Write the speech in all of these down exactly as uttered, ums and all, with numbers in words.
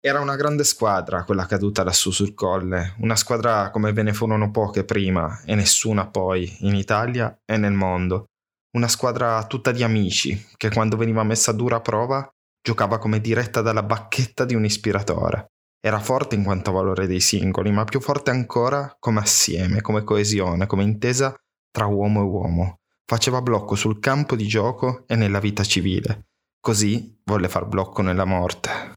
Era una grande squadra quella caduta lassù sul colle, una squadra come ve ne furono poche prima e nessuna poi in Italia e nel mondo. Una squadra tutta di amici che quando veniva messa a dura prova giocava come diretta dalla bacchetta di un ispiratore. Era forte in quanto a valore dei singoli, ma più forte ancora come assieme, come coesione, come intesa tra uomo e uomo. Faceva blocco sul campo di gioco e nella vita civile. Così volle far blocco nella morte.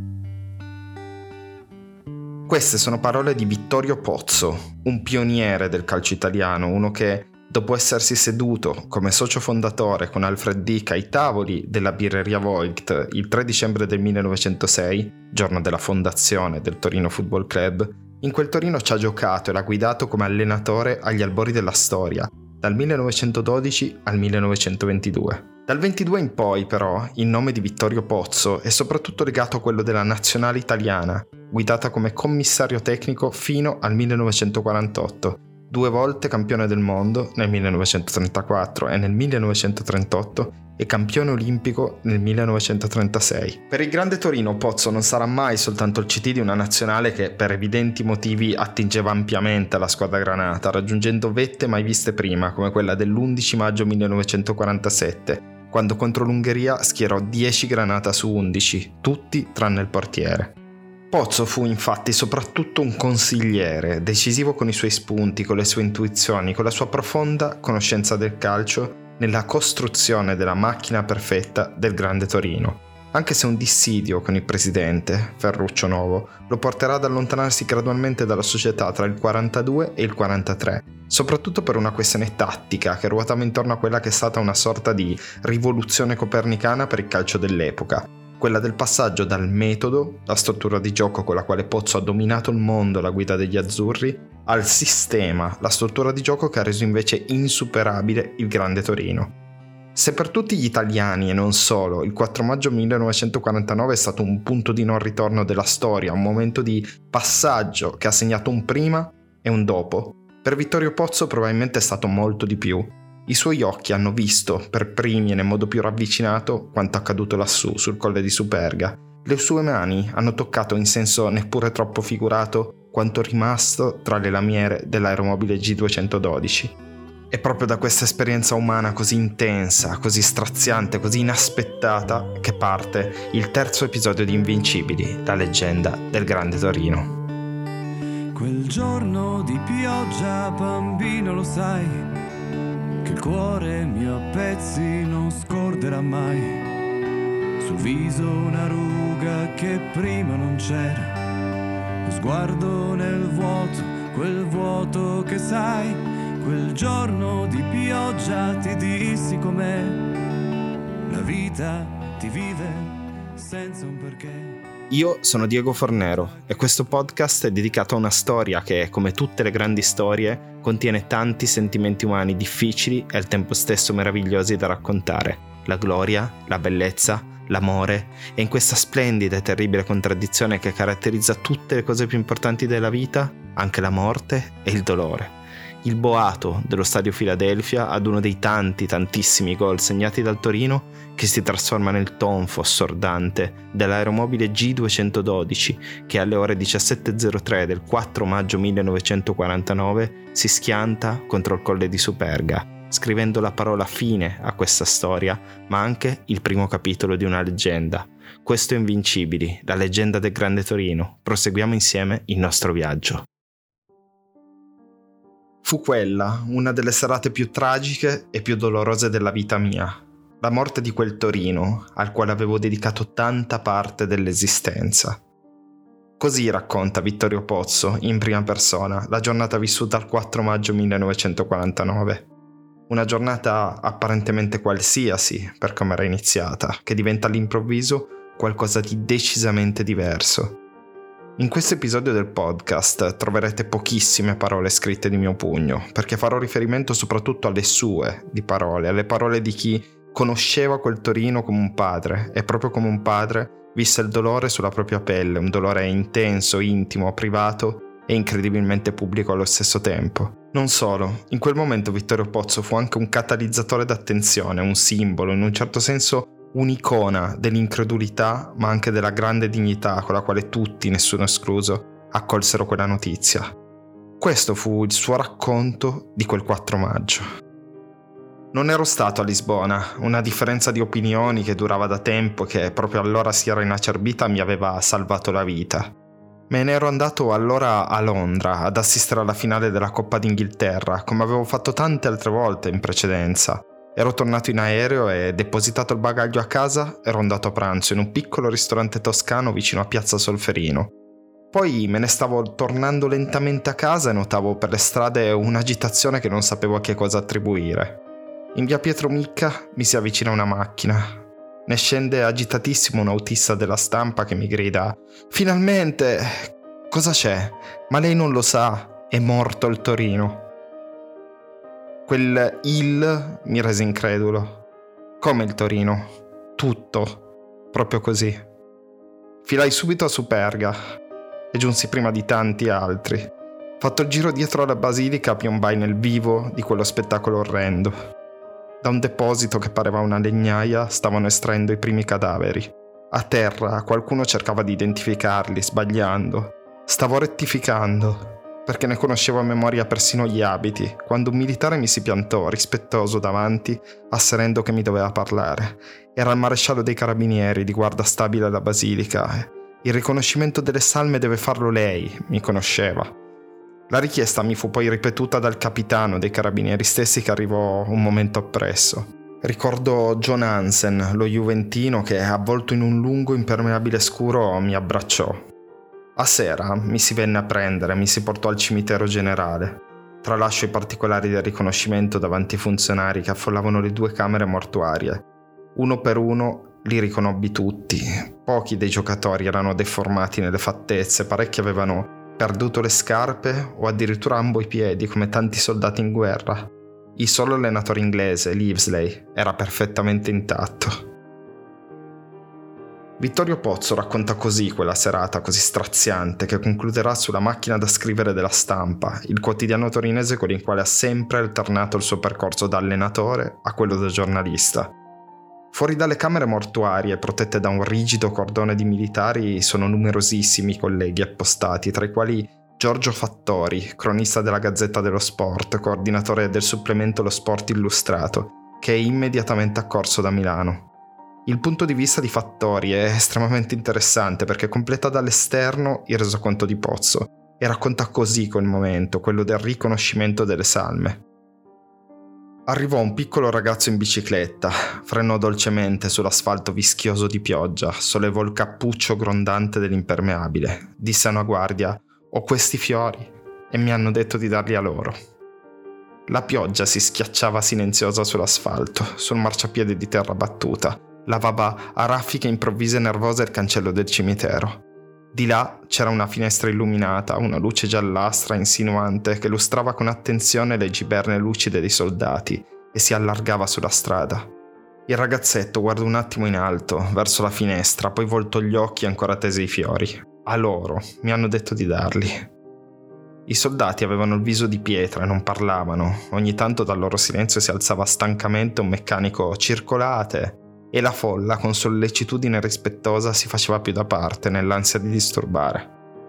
Queste sono parole di Vittorio Pozzo, un pioniere del calcio italiano, uno che, dopo essersi seduto come socio fondatore con Alfred Dick ai tavoli della birreria Voigt il tre dicembre del millenovecentosei, giorno della fondazione del Torino Football Club, in quel Torino ci ha giocato e l'ha guidato come allenatore agli albori della storia, dal millenovecentododici al millenovecentoventidue. Dal ventidue in poi, però, il nome di Vittorio Pozzo è soprattutto legato a quello della nazionale italiana, guidata come commissario tecnico fino al millenovecentoquarantotto, due volte campione del mondo nel millenovecentotrentaquattro e nel millenovecentotrentotto e campione olimpico nel millenovecentotrentasei. Per il grande Torino Pozzo non sarà mai soltanto il C T di una nazionale che per evidenti motivi attingeva ampiamente alla squadra granata, raggiungendo vette mai viste prima, come quella dell'undici maggio millenovecentoquarantasette, quando contro l'Ungheria schierò dieci granata su undici, tutti tranne il portiere. Pozzo fu infatti soprattutto un consigliere, decisivo con i suoi spunti, con le sue intuizioni, con la sua profonda conoscenza del calcio nella costruzione della macchina perfetta del grande Torino. Anche se un dissidio con il presidente, Ferruccio Novo, lo porterà ad allontanarsi gradualmente dalla società tra il quarantadue e il quarantatré, soprattutto per una questione tattica che ruotava intorno a quella che è stata una sorta di rivoluzione copernicana per il calcio dell'epoca, quella del passaggio dal metodo, la struttura di gioco con la quale Pozzo ha dominato il mondo alla guida degli azzurri, al sistema, la struttura di gioco che ha reso invece insuperabile il grande Torino. Se per tutti gli italiani e non solo il quattro maggio millenovecentoquarantanove è stato un punto di non ritorno della storia, un momento di passaggio che ha segnato un prima e un dopo, per Vittorio Pozzo probabilmente è stato molto di più. I suoi occhi hanno visto, per primi e nel modo più ravvicinato, quanto accaduto lassù, sul colle di Superga. Le sue mani hanno toccato in senso neppure troppo figurato quanto rimasto tra le lamiere dell'aeromobile G duecentododici. È proprio da questa esperienza umana così intensa, così straziante, così inaspettata, che parte il terzo episodio di Invincibili, la leggenda del grande Torino. Quel giorno di pioggia, bambino, lo sai, che il cuore mio a pezzi non scorderà mai. Sul viso una ruga che prima non c'era, lo sguardo nel vuoto, quel vuoto che sai. Quel giorno di pioggia ti dissi com'è, la vita ti vive senza un perché. Io sono Diego Fornero e questo podcast è dedicato a una storia che, come tutte le grandi storie, contiene tanti sentimenti umani difficili e al tempo stesso meravigliosi da raccontare. La gloria, la bellezza, l'amore e in questa splendida e terribile contraddizione che caratterizza tutte le cose più importanti della vita, anche la morte e il dolore. Il boato dello stadio Philadelphia ad uno dei tanti tantissimi gol segnati dal Torino che si trasforma nel tonfo assordante dell'aeromobile G duecentododici che alle ore diciassette e zero tre del quattro maggio millenovecentoquarantanove si schianta contro il colle di Superga, scrivendo la parola fine a questa storia, ma anche il primo capitolo di una leggenda. Questo è Invincibili, la leggenda del grande Torino. Proseguiamo insieme il nostro viaggio. Fu quella una delle serate più tragiche e più dolorose della vita mia. La morte di quel Torino al quale avevo dedicato tanta parte dell'esistenza. Così racconta Vittorio Pozzo, in prima persona, la giornata vissuta il quattro maggio millenovecentoquarantanove. Una giornata apparentemente qualsiasi per come era iniziata, che diventa all'improvviso qualcosa di decisamente diverso. In questo episodio del podcast troverete pochissime parole scritte di mio pugno, perché farò riferimento soprattutto alle sue di parole, alle parole di chi conosceva quel Torino come un padre, e proprio come un padre visse il dolore sulla propria pelle, un dolore intenso, intimo, privato e incredibilmente pubblico allo stesso tempo. Non solo, in quel momento Vittorio Pozzo fu anche un catalizzatore d'attenzione, un simbolo, in un certo senso un'icona dell'incredulità ma anche della grande dignità con la quale tutti, nessuno escluso, accolsero quella notizia. Questo fu il suo racconto di quel quattro maggio. Non ero stato a Lisbona, una differenza di opinioni che durava da tempo che proprio allora si era inacerbita mi aveva salvato la vita. Me ne ero andato allora a Londra ad assistere alla finale della Coppa d'Inghilterra, come avevo fatto tante altre volte in precedenza. Ero tornato in aereo e, depositato il bagaglio a casa, ero andato a pranzo in un piccolo ristorante toscano vicino a Piazza Solferino. Poi me ne stavo tornando lentamente a casa e notavo per le strade un'agitazione che non sapevo a che cosa attribuire. In via Pietro Micca mi si avvicina una macchina. Ne scende agitatissimo un autista della stampa che mi grida: «Finalmente! Cosa c'è? Ma lei non lo sa, è morto il Torino». Quel il mi rese incredulo. Come il Torino? Tutto. Proprio così. Filai subito a Superga e giunsi prima di tanti altri. Fatto il giro dietro alla basilica, piombai nel vivo di quello spettacolo orrendo. Da un deposito che pareva una legnaia stavano estraendo i primi cadaveri. A terra qualcuno cercava di identificarli, sbagliando. Stavo rettificando, perché ne conoscevo a memoria persino gli abiti, quando un militare mi si piantò, rispettoso, davanti, asserendo che mi doveva parlare. Era il maresciallo dei carabinieri di guardia stabile alla basilica. Il riconoscimento delle salme deve farlo lei, mi conosceva. La richiesta mi fu poi ripetuta dal capitano dei carabinieri stessi che arrivò un momento appresso. Ricordo John Hansen, lo juventino che, avvolto in un lungo impermeabile scuro, mi abbracciò. A sera mi si venne a prendere, mi si portò al cimitero generale. Tralascio i particolari del riconoscimento davanti ai funzionari che affollavano le due camere mortuarie. Uno per uno li riconobbi tutti. Pochi dei giocatori erano deformati nelle fattezze, parecchi avevano perduto le scarpe o addirittura ambo i piedi come tanti soldati in guerra. Il solo allenatore inglese, Livesley, era perfettamente intatto. Vittorio Pozzo racconta così quella serata così straziante che concluderà sulla macchina da scrivere della Stampa, il quotidiano torinese con il quale ha sempre alternato il suo percorso da allenatore a quello da giornalista. Fuori dalle camere mortuarie, protette da un rigido cordone di militari, sono numerosissimi i colleghi appostati, tra i quali Giorgio Fattori, cronista della Gazzetta dello Sport, coordinatore del supplemento Lo Sport Illustrato, che è immediatamente accorso da Milano. Il punto di vista di Fattori è estremamente interessante perché completa dall'esterno il resoconto di Pozzo e racconta così quel momento, quello del riconoscimento delle salme. Arrivò un piccolo ragazzo in bicicletta, frenò dolcemente sull'asfalto vischioso di pioggia, sollevò il cappuccio grondante dell'impermeabile, disse a una guardia: «Ho questi fiori e mi hanno detto di darli a loro». La pioggia si schiacciava silenziosa sull'asfalto, sul marciapiede di terra battuta, lavava a raffiche improvvise e nervose il cancello del cimitero. Di là c'era una finestra illuminata, una luce giallastra insinuante che lustrava con attenzione le giberne lucide dei soldati e si allargava sulla strada. Il ragazzetto guardò un attimo in alto, verso la finestra, poi voltò gli occhi ancora tesi ai fiori. A loro, mi hanno detto di darli. I soldati avevano il viso di pietra e non parlavano. Ogni tanto dal loro silenzio si alzava stancamente un meccanico «circolate», e la folla, con sollecitudine rispettosa, si faceva più da parte nell'ansia di disturbare.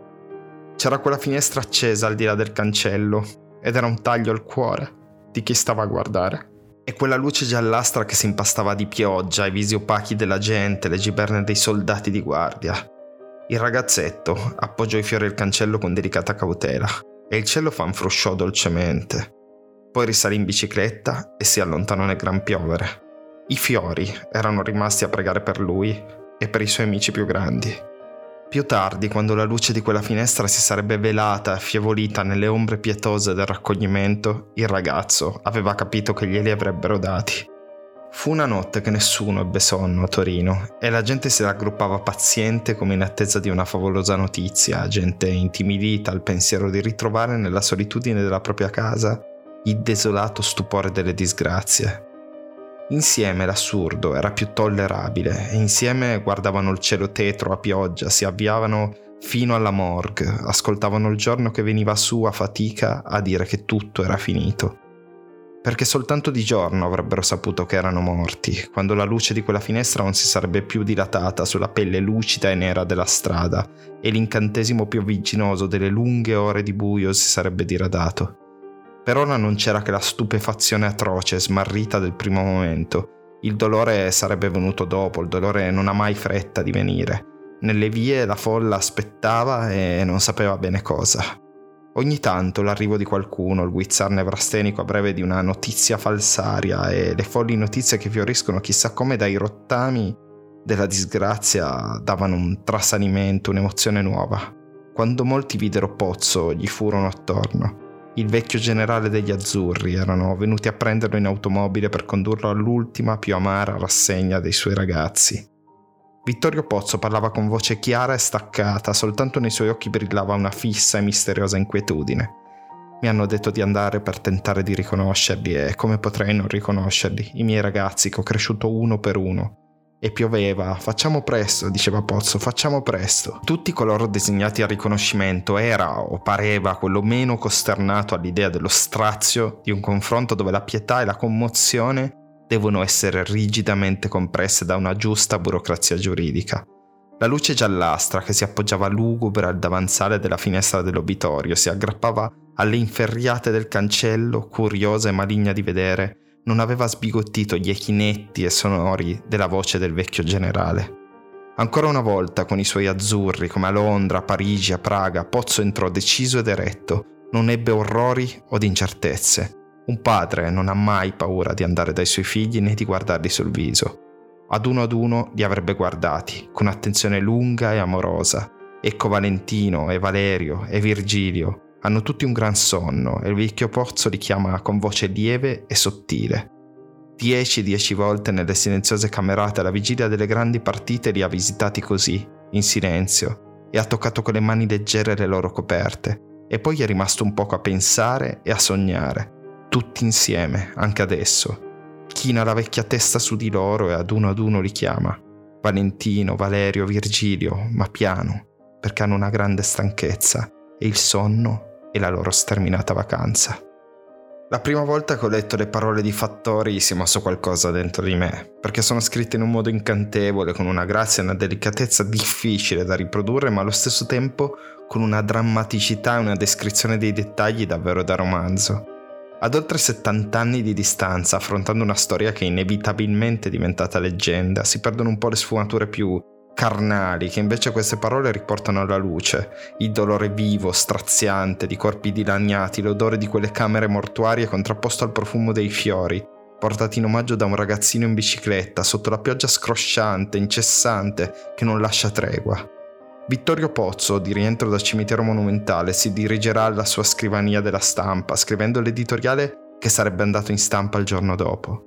C'era quella finestra accesa al di là del cancello ed era un taglio al cuore di chi stava a guardare. E quella luce giallastra che si impastava di pioggia, i visi opachi della gente, le giberne dei soldati di guardia. Il ragazzetto appoggiò i fiori al cancello con delicata cautela e il cielo fanfrusciò dolcemente. Poi risalì in bicicletta e si allontanò nel gran piovere. I fiori erano rimasti a pregare per lui e per i suoi amici più grandi. Più tardi, quando la luce di quella finestra si sarebbe velata e affievolita nelle ombre pietose del raccoglimento, il ragazzo aveva capito che glieli avrebbero dati. Fu una notte che nessuno ebbe sonno a Torino e la gente si raggruppava paziente come in attesa di una favolosa notizia, gente intimidita al pensiero di ritrovare nella solitudine della propria casa il desolato stupore delle disgrazie. Insieme l'assurdo era più tollerabile e insieme guardavano il cielo tetro a pioggia, si avviavano fino alla morgue, ascoltavano il giorno che veniva su a fatica a dire che tutto era finito. perché soltanto di giorno avrebbero saputo che erano morti, quando la luce di quella finestra non si sarebbe più dilatata sulla pelle lucida e nera della strada e l'incantesimo piovigginoso delle lunghe ore di buio si sarebbe diradato. Per ora non c'era che la stupefazione atroce, smarrita del primo momento. Il dolore sarebbe venuto dopo, il dolore non ha mai fretta di venire. Nelle vie la folla aspettava e non sapeva bene cosa. Ogni tanto l'arrivo di qualcuno, il guizzar nevrastenico a breve di una notizia falsaria e le folli notizie che fioriscono chissà come dai rottami della disgrazia davano un trasanimento, un'emozione nuova. Quando molti videro Pozzo gli furono attorno. Il vecchio generale degli azzurri erano venuti a prenderlo in automobile per condurlo all'ultima più amara rassegna dei suoi ragazzi. Vittorio Pozzo parlava con voce chiara e staccata, soltanto nei suoi occhi brillava una fissa e misteriosa inquietudine. Mi hanno detto di andare per tentare di riconoscerli e come potrei non riconoscerli, i miei ragazzi che ho cresciuto uno per uno. E pioveva, facciamo presto, diceva Pozzo, facciamo presto. Tutti coloro designati al riconoscimento era o pareva quello meno costernato all'idea dello strazio di un confronto dove la pietà e la commozione devono essere rigidamente compresse da una giusta burocrazia giuridica. La luce giallastra che si appoggiava lugubre al davanzale della finestra dell'obitorio si aggrappava alle inferriate del cancello, curiosa e maligna di vedere, non aveva sbigottito gli echi netti e sonori della voce del vecchio generale. Ancora una volta, con i suoi azzurri, come a Londra, a Parigi, a Praga, Pozzo entrò deciso ed eretto, non ebbe orrori o incertezze. Un padre non ha mai paura di andare dai suoi figli né di guardarli sul viso. Ad uno ad uno li avrebbe guardati, con attenzione lunga e amorosa. Ecco Valentino e Valerio e Virgilio. Hanno tutti un gran sonno e il vecchio Pozzo li chiama con voce lieve e sottile. Dieci e dieci volte nelle silenziose camerate alla vigilia delle grandi partite li ha visitati così, in silenzio, e ha toccato con le mani leggere le loro coperte. E poi è rimasto un poco a pensare e a sognare. Tutti insieme, anche adesso. China la vecchia testa su di loro e ad uno ad uno li chiama. Valentino, Valerio, Virgilio, ma piano, perché hanno una grande stanchezza e il sonno e la loro sterminata vacanza. La prima volta che ho letto le parole di Fattori si è mosso qualcosa dentro di me, perché sono scritte in un modo incantevole, con una grazia e una delicatezza difficile da riprodurre, ma allo stesso tempo con una drammaticità e una descrizione dei dettagli davvero da romanzo. Ad oltre settanta anni di distanza, affrontando una storia che inevitabilmente è diventata leggenda, si perdono un po' le sfumature più carnali che invece queste parole riportano alla luce, il dolore vivo, straziante di corpi dilaniati, l'odore di quelle camere mortuarie contrapposto al profumo dei fiori, portati in omaggio da un ragazzino in bicicletta sotto la pioggia scrosciante, incessante, che non lascia tregua. Vittorio Pozzo, di rientro dal cimitero monumentale, si dirigerà alla sua scrivania della stampa, scrivendo l'editoriale che sarebbe andato in stampa il giorno dopo.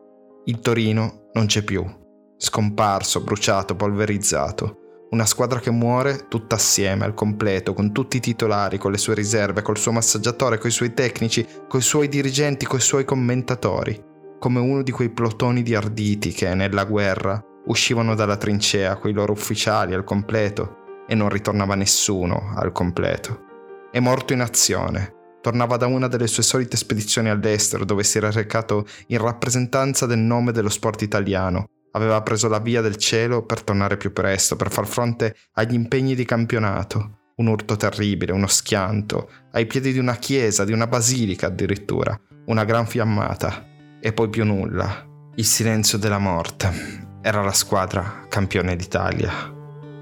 Il Torino non c'è più, scomparso, bruciato, polverizzato. Una squadra che muore tutta assieme, al completo, con tutti i titolari, con le sue riserve, col suo massaggiatore, coi suoi tecnici, coi suoi dirigenti, coi suoi commentatori, come uno di quei plotoni di arditi che, nella guerra, uscivano dalla trincea coi loro ufficiali al completo, e non ritornava nessuno al completo. È morto in azione. Tornava da una delle sue solite spedizioni all'estero dove si era recato in rappresentanza del nome dello sport italiano. Aveva preso la via del cielo per tornare più presto, per far fronte agli impegni di campionato. Un urto terribile, uno schianto, ai piedi di una chiesa, di una basilica addirittura. Una gran fiammata. E poi più nulla. Il silenzio della morte. Era la squadra campione d'Italia.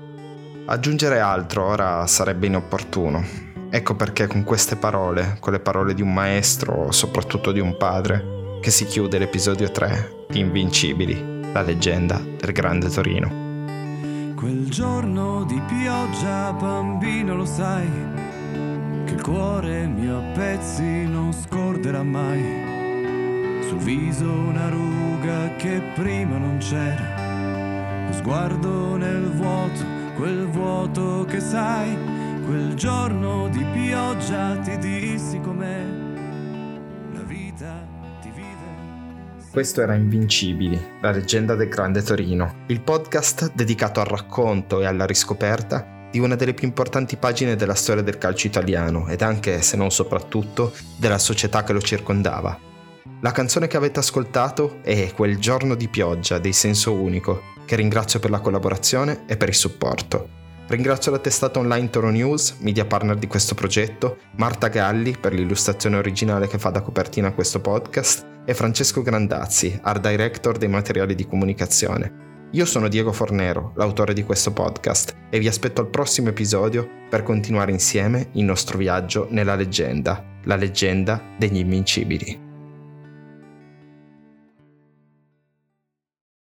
Aggiungere altro ora sarebbe inopportuno. Ecco perché con queste parole, con le parole di un maestro o soprattutto di un padre, che si chiude l'episodio tre di Invincibili, la leggenda del Grande Torino. Quel giorno di pioggia, bambino, lo sai, che il cuore mio a pezzi non scorderà mai. Sul viso una ruga che prima non c'era, lo sguardo nel vuoto, quel vuoto che sai, quel giorno di pioggia ti dissi com'è, la vita ti vive. Questo era Invincibili, la leggenda del Grande Torino, il podcast dedicato al racconto e alla riscoperta di una delle più importanti pagine della storia del calcio italiano ed anche, se non soprattutto, della società che lo circondava. La canzone che avete ascoltato è Quel giorno di pioggia dei Senso Unico, che ringrazio per la collaborazione e per il supporto. Ringrazio la testata online Toro News, media partner di questo progetto, Marta Galli per l'illustrazione originale che fa da copertina a questo podcast e Francesco Grandazzi, art director dei materiali di comunicazione. Io sono Diego Fornero, l'autore di questo podcast, e vi aspetto al prossimo episodio per continuare insieme il nostro viaggio nella leggenda, la leggenda degli invincibili.